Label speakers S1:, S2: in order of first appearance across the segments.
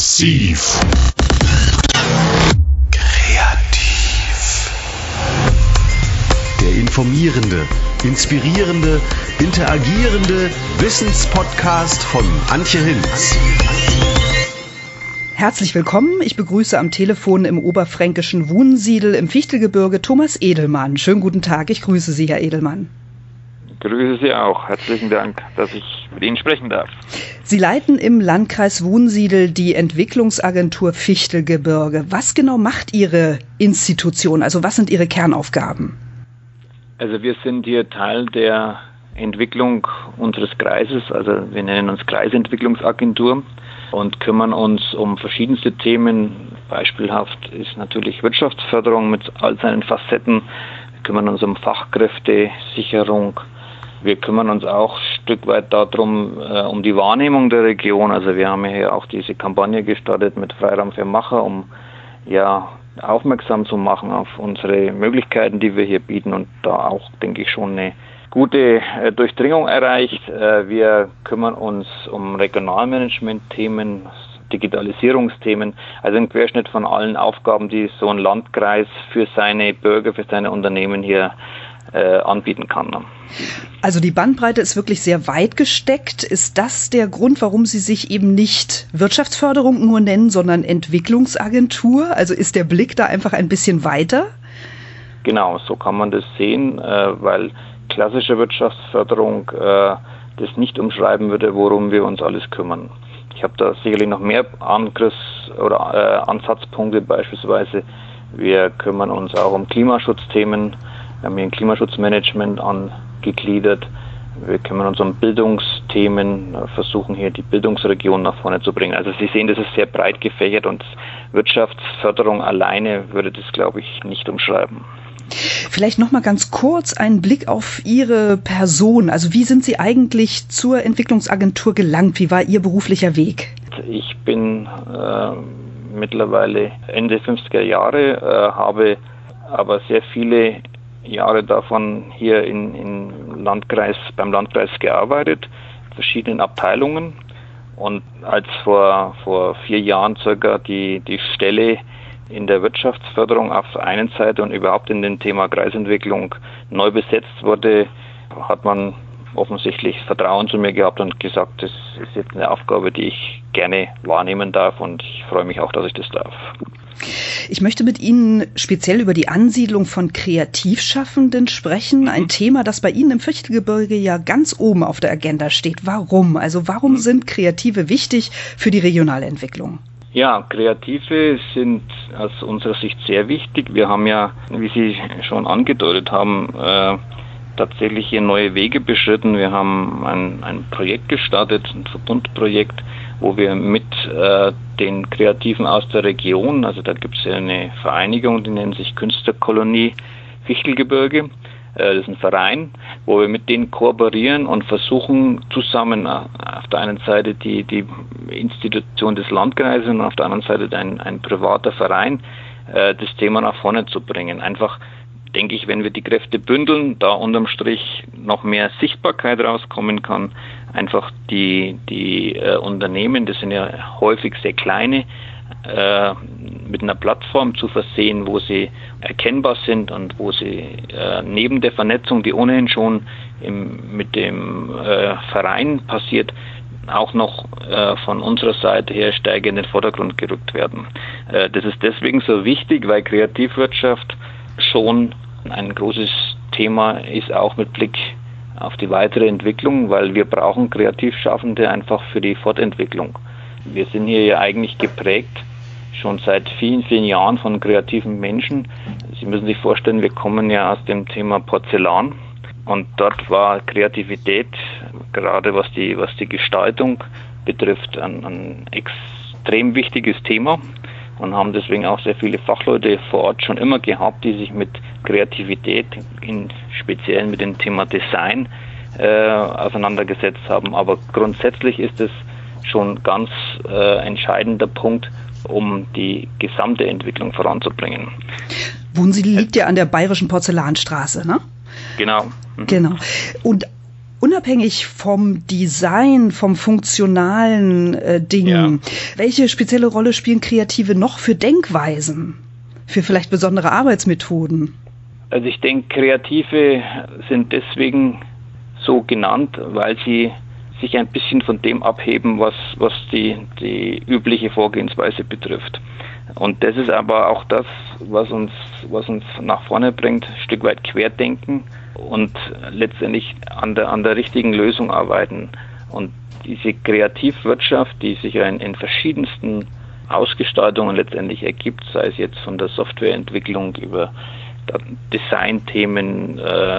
S1: Massiv. Kreativ. Der informierende, inspirierende, interagierende Wissenspodcast von Antje Hinz.
S2: Herzlich willkommen. Ich begrüße am Telefon im oberfränkischen Wunsiedel im Fichtelgebirge Thomas Edelmann. Schönen guten Tag. Ich grüße Sie, Herr Edelmann.
S3: Grüße Sie auch. Herzlichen Dank, dass ich mit Ihnen sprechen darf.
S2: Sie leiten im Landkreis Wunsiedel die Entwicklungsagentur Fichtelgebirge. Was genau macht Ihre Institution? Also was sind Ihre Kernaufgaben?
S3: Also wir sind hier Teil der Entwicklung unseres Kreises. Also wir nennen uns Kreisentwicklungsagentur und kümmern uns um verschiedenste Themen. Beispielhaft ist natürlich Wirtschaftsförderung mit all seinen Facetten. Wir kümmern uns um Fachkräftesicherung. Wir kümmern uns auch ein Stück weit darum, um die Wahrnehmung der Region. Also wir haben hier auch diese Kampagne gestartet mit Freiraum für Macher, um aufmerksam zu machen auf unsere Möglichkeiten, die wir hier bieten und da auch, denke ich, schon eine gute Durchdringung erreicht. Wir kümmern uns um Regionalmanagement-Themen, Digitalisierungsthemen, also ein Querschnitt von allen Aufgaben, die so ein Landkreis für seine Bürger, für seine Unternehmen hier anbieten kann.
S2: Also die Bandbreite ist wirklich sehr weit gesteckt. Ist das der Grund, warum Sie sich eben nicht Wirtschaftsförderung nur nennen, sondern Entwicklungsagentur? Also ist der Blick da einfach ein bisschen weiter?
S3: Genau, so kann man das sehen, weil klassische Wirtschaftsförderung das nicht umschreiben würde, worum wir uns alles kümmern. Ich habe da sicherlich noch mehr Ansatzpunkte beispielsweise. Wir kümmern uns auch um Klimaschutzthemen. Wir haben hier ein Klimaschutzmanagement angegliedert. Wir kümmern uns um Bildungsthemen, versuchen hier die Bildungsregion nach vorne zu bringen. Also Sie sehen, das ist sehr breit gefächert und Wirtschaftsförderung alleine würde das, glaube ich, nicht umschreiben.
S2: Vielleicht noch mal ganz kurz einen Blick auf Ihre Person. Also wie sind Sie eigentlich zur Entwicklungsagentur gelangt? Wie war Ihr beruflicher Weg? Ich
S3: bin mittlerweile Ende 50er Jahre, habe aber sehr viele Jahre davon hier beim Landkreis gearbeitet, in verschiedenen Abteilungen. Und als vor 4 Jahren circa die Stelle in der Wirtschaftsförderung auf der einen Seite und überhaupt in dem Thema Kreisentwicklung neu besetzt wurde, hat man offensichtlich Vertrauen zu mir gehabt und gesagt, das ist jetzt eine Aufgabe, die ich gerne wahrnehmen darf und ich freue mich auch, dass ich das darf.
S2: Ich möchte mit Ihnen speziell über die Ansiedlung von Kreativschaffenden sprechen. Ein Thema, das bei Ihnen im Fichtelgebirge ja ganz oben auf der Agenda steht. Warum? Also warum sind Kreative wichtig für die regionale Entwicklung?
S3: Ja, Kreative sind aus unserer Sicht sehr wichtig. Wir haben ja, wie Sie schon angedeutet haben, tatsächlich hier neue Wege beschritten. Wir haben ein Projekt gestartet, ein Verbundprojekt, wo wir mit den Kreativen aus der Region, also da gibt es ja eine Vereinigung, die nennt sich Künstlerkolonie Fichtelgebirge, das ist ein Verein, wo wir mit denen kooperieren und versuchen zusammen auf der einen Seite die Institution des Landkreises und auf der anderen Seite ein privater Verein das Thema nach vorne zu bringen. Einfach, denke ich, wenn wir die Kräfte bündeln, da unterm Strich noch mehr Sichtbarkeit rauskommen kann, einfach die Unternehmen, das sind ja häufig sehr kleine, mit einer Plattform zu versehen, wo sie erkennbar sind und wo sie neben der Vernetzung, die ohnehin schon mit dem Verein passiert, auch noch von unserer Seite her stärker in den Vordergrund gerückt werden. Das ist deswegen so wichtig, weil Kreativwirtschaft schon ein großes Thema ist, auch mit Blick auf die weitere Entwicklung, weil wir brauchen Kreativschaffende einfach für die Fortentwicklung. Wir sind hier ja eigentlich geprägt, schon seit vielen, vielen Jahren von kreativen Menschen. Sie müssen sich vorstellen, wir kommen ja aus dem Thema Porzellan und dort war Kreativität, gerade was die Gestaltung betrifft, ein extrem wichtiges Thema und haben deswegen auch sehr viele Fachleute vor Ort schon immer gehabt, die sich mit Kreativität, speziell mit dem Thema Design auseinandergesetzt haben. Aber grundsätzlich ist es schon ganz entscheidender Punkt, um die gesamte Entwicklung voranzubringen.
S2: Wunsiedel liegt ja an der Bayerischen Porzellanstraße, ne?
S3: Genau.
S2: Genau. Und Unabhängig vom Design, vom funktionalen Dingen, welche spezielle Rolle spielen Kreative noch für Denkweisen, für vielleicht besondere Arbeitsmethoden?
S3: Also ich denke, Kreative sind deswegen so genannt, weil sie sich ein bisschen von dem abheben, was die übliche Vorgehensweise betrifft. Und das ist aber auch das, was uns nach vorne bringt, ein Stück weit querdenken und letztendlich an der richtigen Lösung arbeiten. Und diese Kreativwirtschaft, die sich ja in verschiedensten Ausgestaltungen letztendlich ergibt, sei es jetzt von der Softwareentwicklung über Designthemen,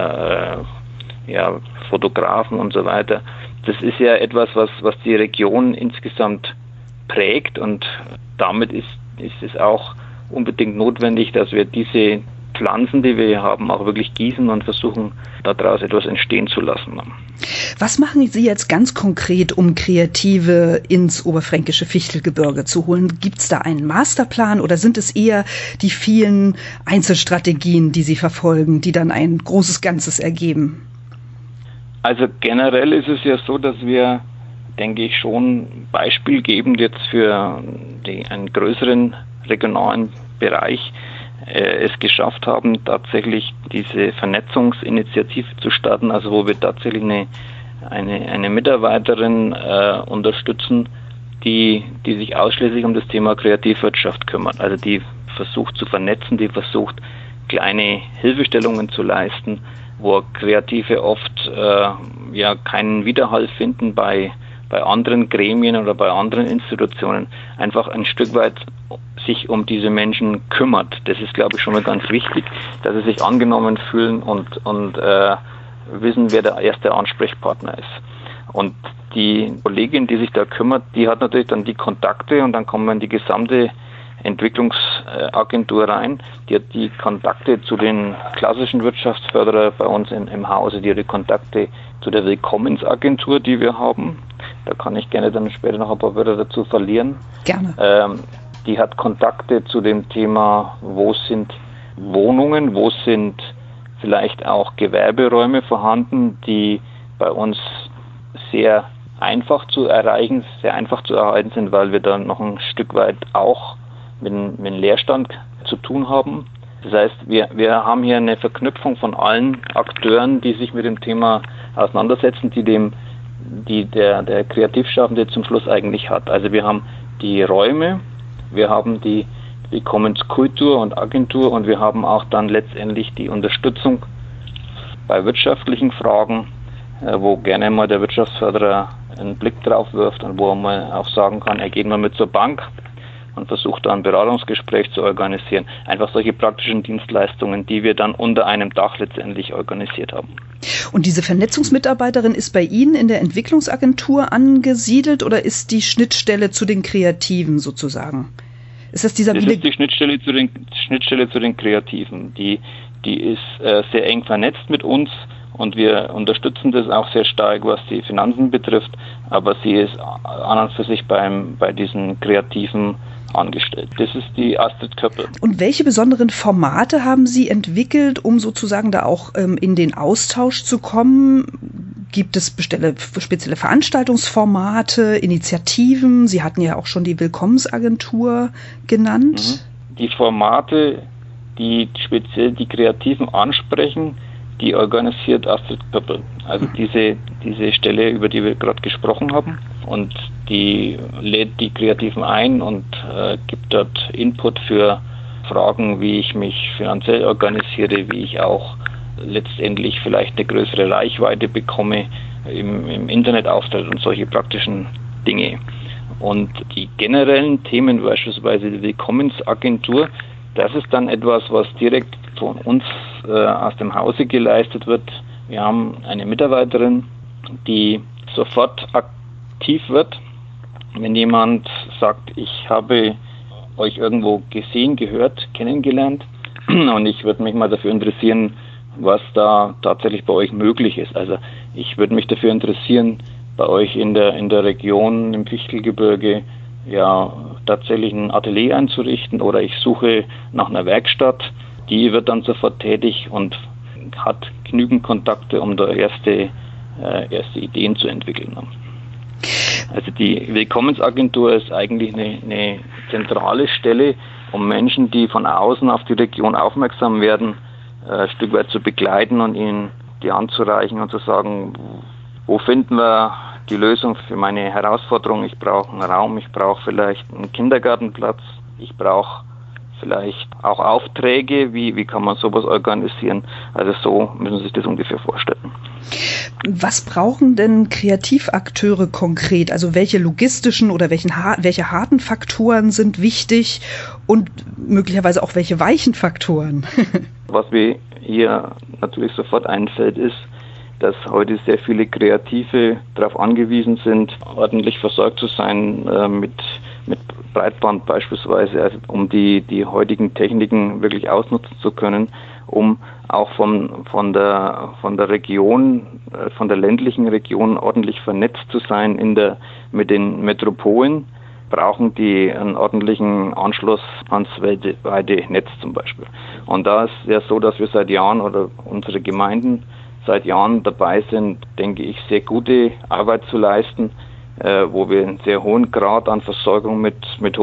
S3: Fotografen und so weiter. Das ist ja etwas, was die Region insgesamt prägt, und damit ist es auch unbedingt notwendig, dass wir diese Pflanzen, die wir hier haben, auch wirklich gießen und versuchen, daraus etwas entstehen zu lassen.
S2: Was machen Sie jetzt ganz konkret, um Kreative ins oberfränkische Fichtelgebirge zu holen? Gibt es da einen Masterplan oder sind es eher die vielen Einzelstrategien, die Sie verfolgen, die dann ein großes Ganzes ergeben?
S3: Also generell ist es ja so, dass wir, denke ich, schon beispielgebend jetzt für einen größeren regionalen Bereich es geschafft haben, tatsächlich diese Vernetzungsinitiative zu starten, also wo wir tatsächlich eine Mitarbeiterin unterstützen, die sich ausschließlich um das Thema Kreativwirtschaft kümmert. Also die versucht zu vernetzen, die versucht kleine Hilfestellungen zu leisten, wo Kreative oft keinen Widerhall finden bei anderen Gremien oder bei anderen Institutionen, einfach ein Stück weit sich um diese Menschen kümmert. Das ist, glaube ich, schon mal ganz wichtig, dass sie sich angenommen fühlen und wissen, wer der erste Ansprechpartner ist. Und die Kollegin, die sich da kümmert, die hat natürlich dann die Kontakte, und dann kommen wir in die gesamte Entwicklungsagentur rein. Die hat die Kontakte zu den klassischen Wirtschaftsförderern bei uns im Hause, die hat die Kontakte zu der Willkommensagentur, die wir haben. Da kann ich gerne dann später noch ein paar Wörter dazu verlieren.
S2: Gerne.
S3: Die hat Kontakte zu dem Thema, wo sind Wohnungen, wo sind vielleicht auch Gewerberäume vorhanden, die bei uns sehr einfach zu erreichen, sehr einfach zu erhalten sind, weil wir da noch ein Stück weit auch mit einem Leerstand zu tun haben. Das heißt, wir haben hier eine Verknüpfung von allen Akteuren, die sich mit dem Thema auseinandersetzen, die der Kreativschaffende zum Schluss eigentlich hat. Also wir haben die Räume, wir haben die Willkommenskultur und Agentur, und wir haben auch dann letztendlich die Unterstützung bei wirtschaftlichen Fragen, wo gerne mal der Wirtschaftsförderer einen Blick drauf wirft und wo er mal auch sagen kann, er geht mal mit zur Bank und versucht da ein Beratungsgespräch zu organisieren. Einfach solche praktischen Dienstleistungen, die wir dann unter einem Dach letztendlich organisiert haben.
S2: Und diese Vernetzungsmitarbeiterin ist bei Ihnen in der Entwicklungsagentur angesiedelt oder ist die Schnittstelle zu den Kreativen sozusagen? Ist das dieser
S3: Das ist die Schnittstelle zu den Kreativen. Die ist sehr eng vernetzt mit uns, und wir unterstützen das auch sehr stark, was die Finanzen betrifft, aber sie ist an und für sich bei diesen Kreativen angestellt. Das ist die Astrid Köppel.
S2: Und welche besonderen Formate haben Sie entwickelt, um sozusagen da auch in den Austausch zu kommen? Gibt es spezielle Veranstaltungsformate, Initiativen? Sie hatten ja auch schon die Willkommensagentur genannt.
S3: Die Formate, die speziell die Kreativen ansprechen, die organisiert Astrid Köppel. Also diese Stelle, über die wir gerade gesprochen haben, und die lädt die Kreativen ein und gibt dort Input für Fragen, wie ich mich finanziell organisiere, wie ich auch letztendlich vielleicht eine größere Reichweite bekomme, im Internetauftritt und solche praktischen Dinge. Und die generellen Themen, beispielsweise die Willkommensagentur, das ist dann etwas, was direkt von uns aus dem Hause geleistet wird. Wir haben eine Mitarbeiterin, die sofort aktiv wird, wenn jemand sagt, ich habe euch irgendwo gesehen, gehört, kennengelernt, und ich würde mich mal dafür interessieren, was da tatsächlich bei euch möglich ist. Also ich würde mich dafür interessieren, bei euch in der Region im Fichtelgebirge tatsächlich ein Atelier einzurichten, oder ich suche nach einer Werkstatt. Die wird dann sofort tätig und hat genügend Kontakte, um da erste erste Ideen zu entwickeln. Also die Willkommensagentur ist eigentlich eine zentrale Stelle, um Menschen, die von außen auf die Region aufmerksam werden, ein Stück weit zu begleiten und ihnen die Hand zu reichen und zu sagen, wo finden wir die Lösung für meine Herausforderung? Ich brauche einen Raum, ich brauche vielleicht einen Kindergartenplatz, ich brauche vielleicht auch Aufträge, wie kann man sowas organisieren? Also so müssen Sie sich das ungefähr vorstellen.
S2: Was brauchen denn Kreativakteure konkret? Also welche logistischen oder welche harten Faktoren sind wichtig und möglicherweise auch welche weichen Faktoren?
S3: Was mir hier natürlich sofort einfällt, ist, dass heute sehr viele Kreative darauf angewiesen sind, ordentlich versorgt zu sein mit Breitband beispielsweise, also um die heutigen Techniken wirklich ausnutzen zu können, um auch von der Region, von der ländlichen Region ordentlich vernetzt zu sein mit den Metropolen, brauchen die einen ordentlichen Anschluss ans weltweite Netz zum Beispiel. Und da ist ja so, dass wir seit Jahren oder unsere Gemeinden seit Jahren dabei sind, denke ich, sehr gute Arbeit zu leisten, wo wir einen sehr hohen Grad an Versorgung mit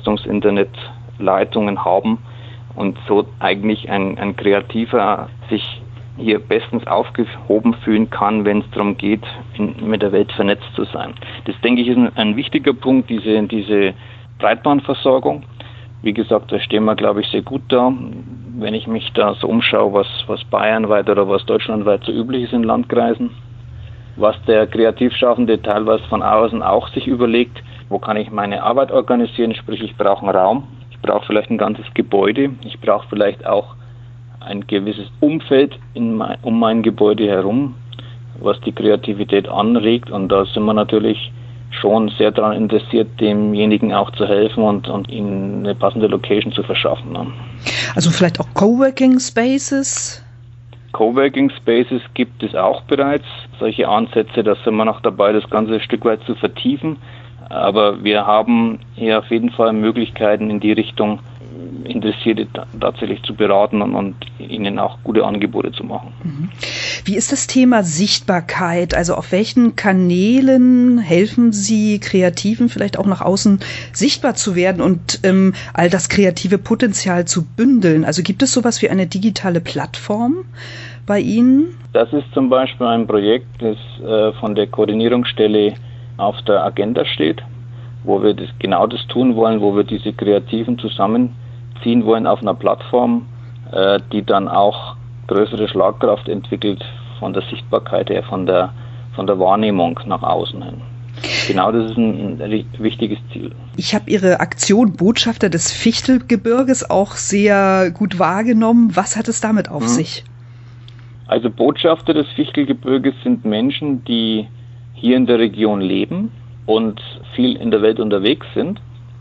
S3: Hochleistungs-Internetleitungen haben und so eigentlich ein Kreativer sich hier bestens aufgehoben fühlen kann, wenn es darum geht, mit der Welt vernetzt zu sein. Das, denke ich, ist ein wichtiger Punkt, diese Breitbandversorgung. Wie gesagt, da stehen wir, glaube ich, sehr gut da. Wenn ich mich da so umschaue, was bayernweit oder was deutschlandweit so üblich ist in Landkreisen, was der Kreativschaffende teilweise von außen auch sich überlegt, wo kann ich meine Arbeit organisieren, sprich ich brauche einen Raum, ich brauche vielleicht ein ganzes Gebäude, ich brauche vielleicht auch ein gewisses Umfeld um mein Gebäude herum, was die Kreativität anregt, und da sind wir natürlich schon sehr daran interessiert, demjenigen auch zu helfen und ihnen eine passende Location zu verschaffen.
S2: Also vielleicht auch Coworking Spaces?
S3: Coworking Spaces gibt es auch bereits. Solche Ansätze, da sind wir noch dabei, das Ganze ein Stück weit zu vertiefen. Aber wir haben hier auf jeden Fall Möglichkeiten in die Richtung, Interessierte tatsächlich zu beraten und ihnen auch gute Angebote zu machen.
S2: Wie ist das Thema Sichtbarkeit? Also auf welchen Kanälen helfen Sie Kreativen vielleicht auch nach außen sichtbar zu werden und all das kreative Potenzial zu bündeln? Also gibt es sowas wie eine digitale Plattform bei Ihnen?
S3: Das ist zum Beispiel ein Projekt, das von der Koordinierungsstelle auf der Agenda steht, wo wir genau das tun wollen, wo wir diese Kreativen zusammenziehen wollen auf einer Plattform, die dann auch größere Schlagkraft entwickelt von der Sichtbarkeit her, von der Wahrnehmung nach außen hin. Genau, das ist ein wichtiges Ziel.
S2: Ich habe Ihre Aktion Botschafter des Fichtelgebirges auch sehr gut wahrgenommen. Was hat es damit auf sich?
S3: Also Botschafter des Fichtelgebirges sind Menschen, die hier in der Region leben und viel in der Welt unterwegs sind.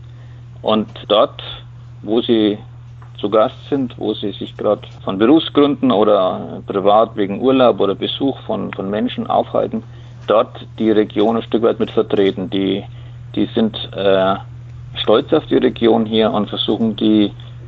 S3: Und dort, wo sie zu Gast sind, wo sie sich gerade von Berufsgründen oder privat wegen Urlaub oder Besuch von Menschen aufhalten, dort die Region ein Stück weit mit vertreten. Die sind stolz auf die Region hier und versuchen die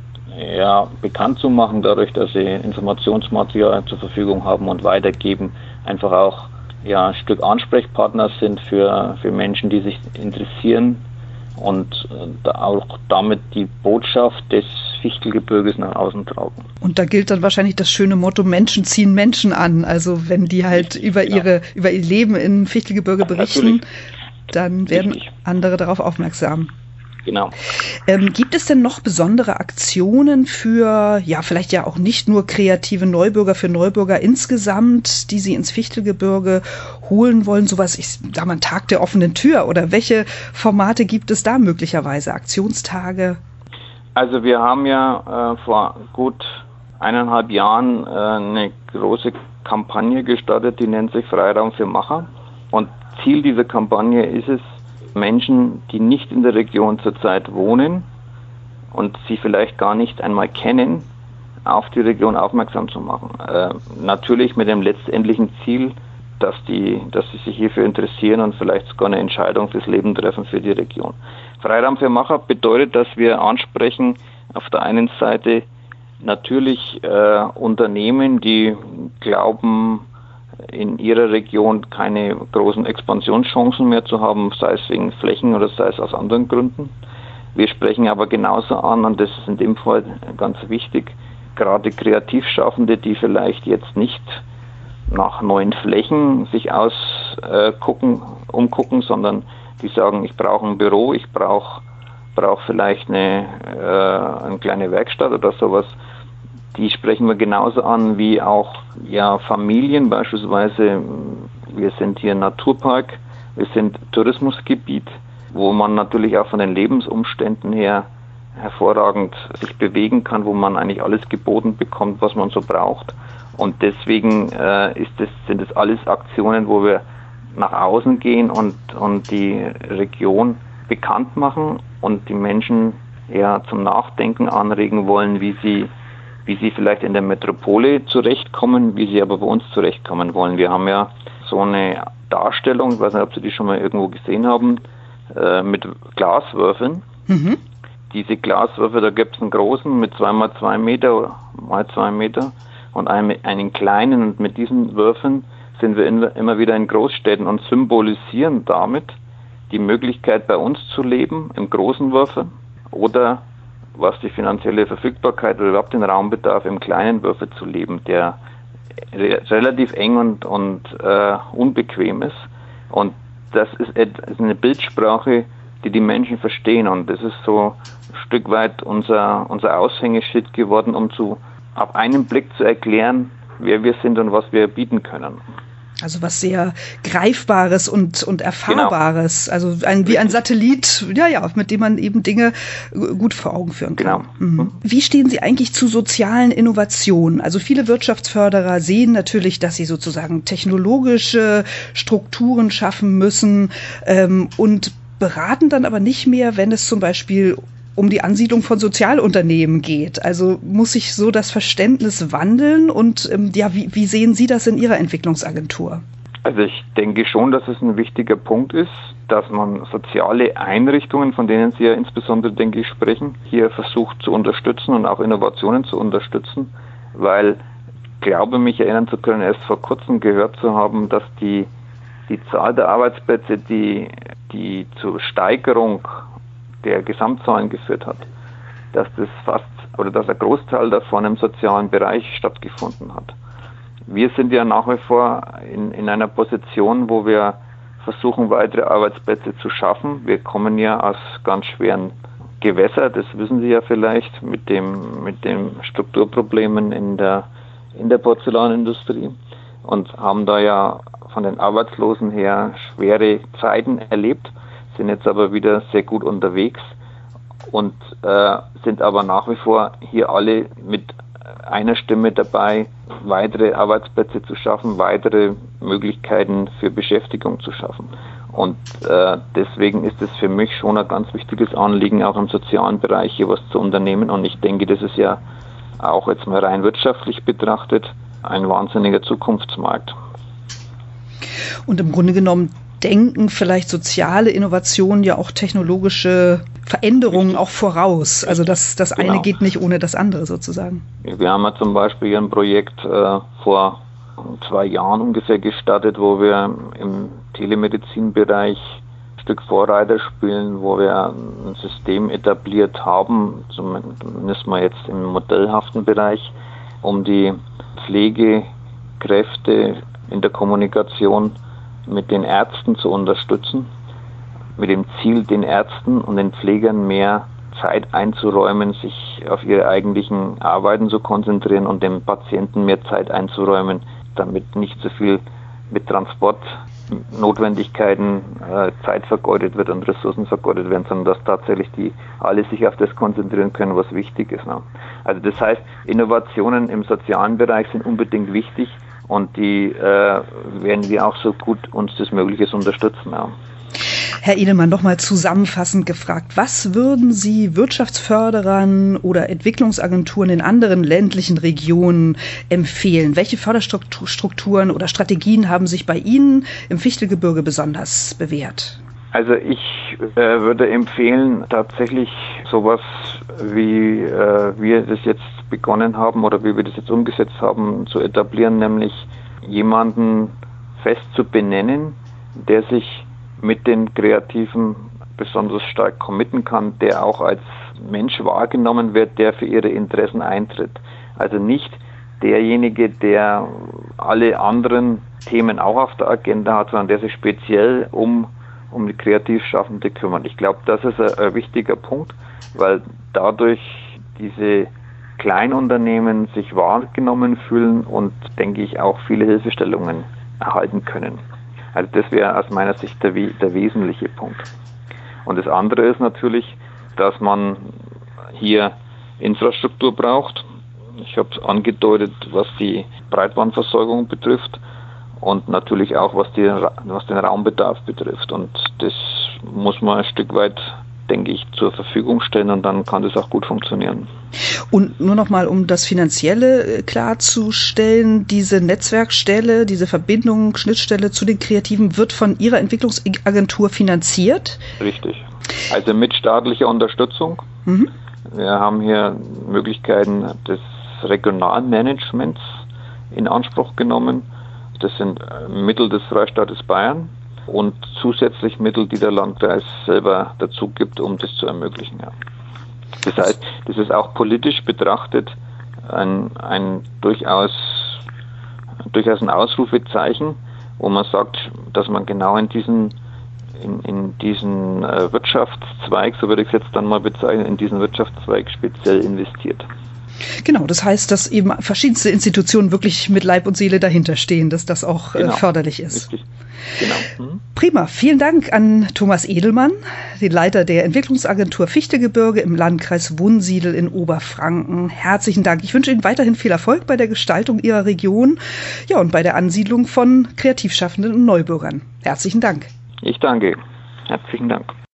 S3: bekannt zu machen, dadurch, dass sie Informationsmaterial zur Verfügung haben und weitergeben, einfach auch ein Stück Ansprechpartner sind für Menschen, die sich interessieren und auch damit die Botschaft des Fichtelgebirges nach außen tragen.
S2: Und da gilt dann wahrscheinlich das schöne Motto, Menschen ziehen Menschen an. Also wenn die halt über ihr Leben im Fichtelgebirge berichten, dann werden andere darauf aufmerksam.
S3: Genau.
S2: Gibt es denn noch besondere Aktionen für, vielleicht ja auch nicht nur kreative Neubürger, für Neubürger insgesamt, die Sie ins Fichtelgebirge holen wollen? Sowas, ich sag mal, ein Tag der offenen Tür, oder welche Formate gibt es da möglicherweise? Aktionstage?
S3: Also wir haben ja vor gut 1,5 Jahren eine große Kampagne gestartet, die nennt sich Freiraum für Macher. Und Ziel dieser Kampagne ist es, Menschen, die nicht in der Region zurzeit wohnen und sie vielleicht gar nicht einmal kennen, auf die Region aufmerksam zu machen. Natürlich mit dem letztendlichen Ziel, dass sie sich hierfür interessieren und vielleicht sogar eine Entscheidung fürs Leben treffen für die Region. Freiraum für Macher bedeutet, dass wir ansprechen, auf der einen Seite natürlich Unternehmen, die glauben, in ihrer Region keine großen Expansionschancen mehr zu haben, sei es wegen Flächen oder sei es aus anderen Gründen. Wir sprechen aber genauso an, und das ist in dem Fall ganz wichtig, gerade Kreativschaffende, die vielleicht jetzt nicht nach neuen Flächen sich umgucken, sondern die sagen, ich brauche ein Büro, ich brauche vielleicht eine kleine Werkstatt oder sowas. Die sprechen wir genauso an wie auch Familien beispielsweise. Wir sind hier ein Naturpark, wir sind Tourismusgebiet, wo man natürlich auch von den Lebensumständen her hervorragend sich bewegen kann, wo man eigentlich alles geboten bekommt, was man so braucht. Und deswegen sind das alles Aktionen, wo wir nach außen gehen und die Region bekannt machen und die Menschen zum Nachdenken anregen wollen, wie sie vielleicht in der Metropole zurechtkommen, wie sie aber bei uns zurechtkommen wollen. Wir haben ja so eine Darstellung, ich weiß nicht, ob Sie die schon mal irgendwo gesehen haben, mit Glaswürfeln. Mhm. Diese Glaswürfel, da gibt es einen großen mit 2x2 Meter oder mal 2 Meter und einen kleinen, und mit diesen Würfeln sind wir immer wieder in Großstädten und symbolisieren damit die Möglichkeit, bei uns zu leben, im großen Würfel, oder was die finanzielle Verfügbarkeit oder überhaupt den Raumbedarf im kleinen Würfel zu leben, der relativ eng und unbequem ist. Und das ist eine Bildsprache, die Menschen verstehen, und das ist so ein Stück weit unser Aushängeschild geworden, um auf einen Blick zu erklären, wer wir sind und was wir bieten können.
S2: Also was sehr Greifbares und Erfahrbares, genau. Also wie ein Satellit, mit dem man eben Dinge gut vor Augen führen kann. Genau. Mhm. Wie stehen Sie eigentlich zu sozialen Innovationen? Also viele Wirtschaftsförderer sehen natürlich, dass sie sozusagen technologische Strukturen schaffen müssen und beraten dann aber nicht mehr, wenn es zum Beispiel um die Ansiedlung von Sozialunternehmen geht. Also muss sich so das Verständnis wandeln, und wie sehen Sie das in Ihrer Entwicklungsagentur?
S3: Also ich denke schon, dass es ein wichtiger Punkt ist, dass man soziale Einrichtungen, von denen Sie ja insbesondere, denke ich, sprechen, hier versucht zu unterstützen und auch Innovationen zu unterstützen, weil ich glaube, mich erinnern zu können, erst vor kurzem gehört zu haben, dass die Zahl der Arbeitsplätze, die zur Steigerung der Gesamtzahlen geführt hat, dass ein Großteil davon im sozialen Bereich stattgefunden hat. Wir sind ja nach wie vor in einer Position, wo wir versuchen, weitere Arbeitsplätze zu schaffen. Wir kommen ja aus ganz schweren Gewässern, das wissen Sie ja vielleicht, mit den Strukturproblemen in der Porzellanindustrie, und haben da ja von den Arbeitslosen her schwere Zeiten erlebt, sind jetzt aber wieder sehr gut unterwegs und sind aber nach wie vor hier alle mit einer Stimme dabei, weitere Arbeitsplätze zu schaffen, weitere Möglichkeiten für Beschäftigung zu schaffen. Und deswegen ist es für mich schon ein ganz wichtiges Anliegen, auch im sozialen Bereich hier was zu unternehmen. Und ich denke, das ist ja auch jetzt mal rein wirtschaftlich betrachtet ein wahnsinniger Zukunftsmarkt.
S2: Und im Grunde genommen denken vielleicht soziale Innovationen ja auch technologische Veränderungen auch voraus. Also das eine geht nicht ohne das andere sozusagen.
S3: Wir haben ja zum Beispiel ein Projekt vor 2 Jahren ungefähr gestartet, wo wir im Telemedizinbereich ein Stück Vorreiter spielen, wo wir ein System etabliert haben, zumindest mal jetzt im modellhaften Bereich, um die Pflegekräfte in der Kommunikation mit den Ärzten zu unterstützen, mit dem Ziel, den Ärzten und den Pflegern mehr Zeit einzuräumen, sich auf ihre eigentlichen Arbeiten zu konzentrieren und dem Patienten mehr Zeit einzuräumen, damit nicht so viel mit Transportnotwendigkeiten Zeit vergeudet wird und Ressourcen vergeudet werden, sondern dass tatsächlich die alle sich auf das konzentrieren können, was wichtig ist. Ne? Also das heißt, Innovationen im sozialen Bereich sind unbedingt wichtig, und die werden wir auch so gut uns das Mögliches unterstützen. Ja.
S2: Herr Edelmann, nochmal zusammenfassend gefragt, was würden Sie Wirtschaftsförderern oder Entwicklungsagenturen in anderen ländlichen Regionen empfehlen? Welche Förderstrukturen oder Strategien haben sich bei Ihnen im Fichtelgebirge besonders bewährt?
S3: Also ich würde empfehlen, tatsächlich sowas, wie wir das jetzt begonnen haben oder wie wir das jetzt umgesetzt haben, zu etablieren, nämlich jemanden fest zu benennen, der sich mit den Kreativen besonders stark committen kann, der auch als Mensch wahrgenommen wird, der für ihre Interessen eintritt. Also nicht derjenige, der alle anderen Themen auch auf der Agenda hat, sondern der sich speziell um die Kreativschaffende kümmert. Ich glaube, das ist ein wichtiger Punkt, weil dadurch diese Kleinunternehmen sich wahrgenommen fühlen und, denke ich, auch viele Hilfestellungen erhalten können. Also das wäre aus meiner Sicht der wesentliche Punkt. Und das andere ist natürlich, dass man hier Infrastruktur braucht. Ich habe es angedeutet, was die Breitbandversorgung betrifft und natürlich auch, was den Raumbedarf betrifft. Und das muss man ein Stück weit, denke ich, zur Verfügung stellen und dann kann das auch gut funktionieren.
S2: Und nur noch mal, um das Finanzielle klarzustellen, diese Netzwerkstelle, diese Verbindung, Schnittstelle zu den Kreativen wird von Ihrer Entwicklungsagentur finanziert?
S3: Richtig. Also mit staatlicher Unterstützung. Mhm. Wir haben hier Möglichkeiten des Regionalmanagements in Anspruch genommen. Das sind Mittel des Freistaates Bayern und zusätzlich Mittel, die der Landkreis selber dazu gibt, um das zu ermöglichen. Ja. Das heißt, das ist auch politisch betrachtet ein durchaus ein Ausrufezeichen, wo man sagt, dass man genau in diesen Wirtschaftszweig, so würde ich es jetzt dann mal bezeichnen, in diesen Wirtschaftszweig speziell investiert.
S2: Genau, das heißt, dass eben verschiedenste Institutionen wirklich mit Leib und Seele dahinter stehen, dass das auch förderlich ist. Richtig. Genau. Prima, vielen Dank an Thomas Edelmann, den Leiter der Entwicklungsagentur Fichtegebirge im Landkreis Wunsiedel in Oberfranken. Herzlichen Dank. Ich wünsche Ihnen weiterhin viel Erfolg bei der Gestaltung Ihrer Region, ja, und bei der Ansiedlung von Kreativschaffenden und Neubürgern. Herzlichen Dank.
S3: Ich danke. Herzlichen Dank.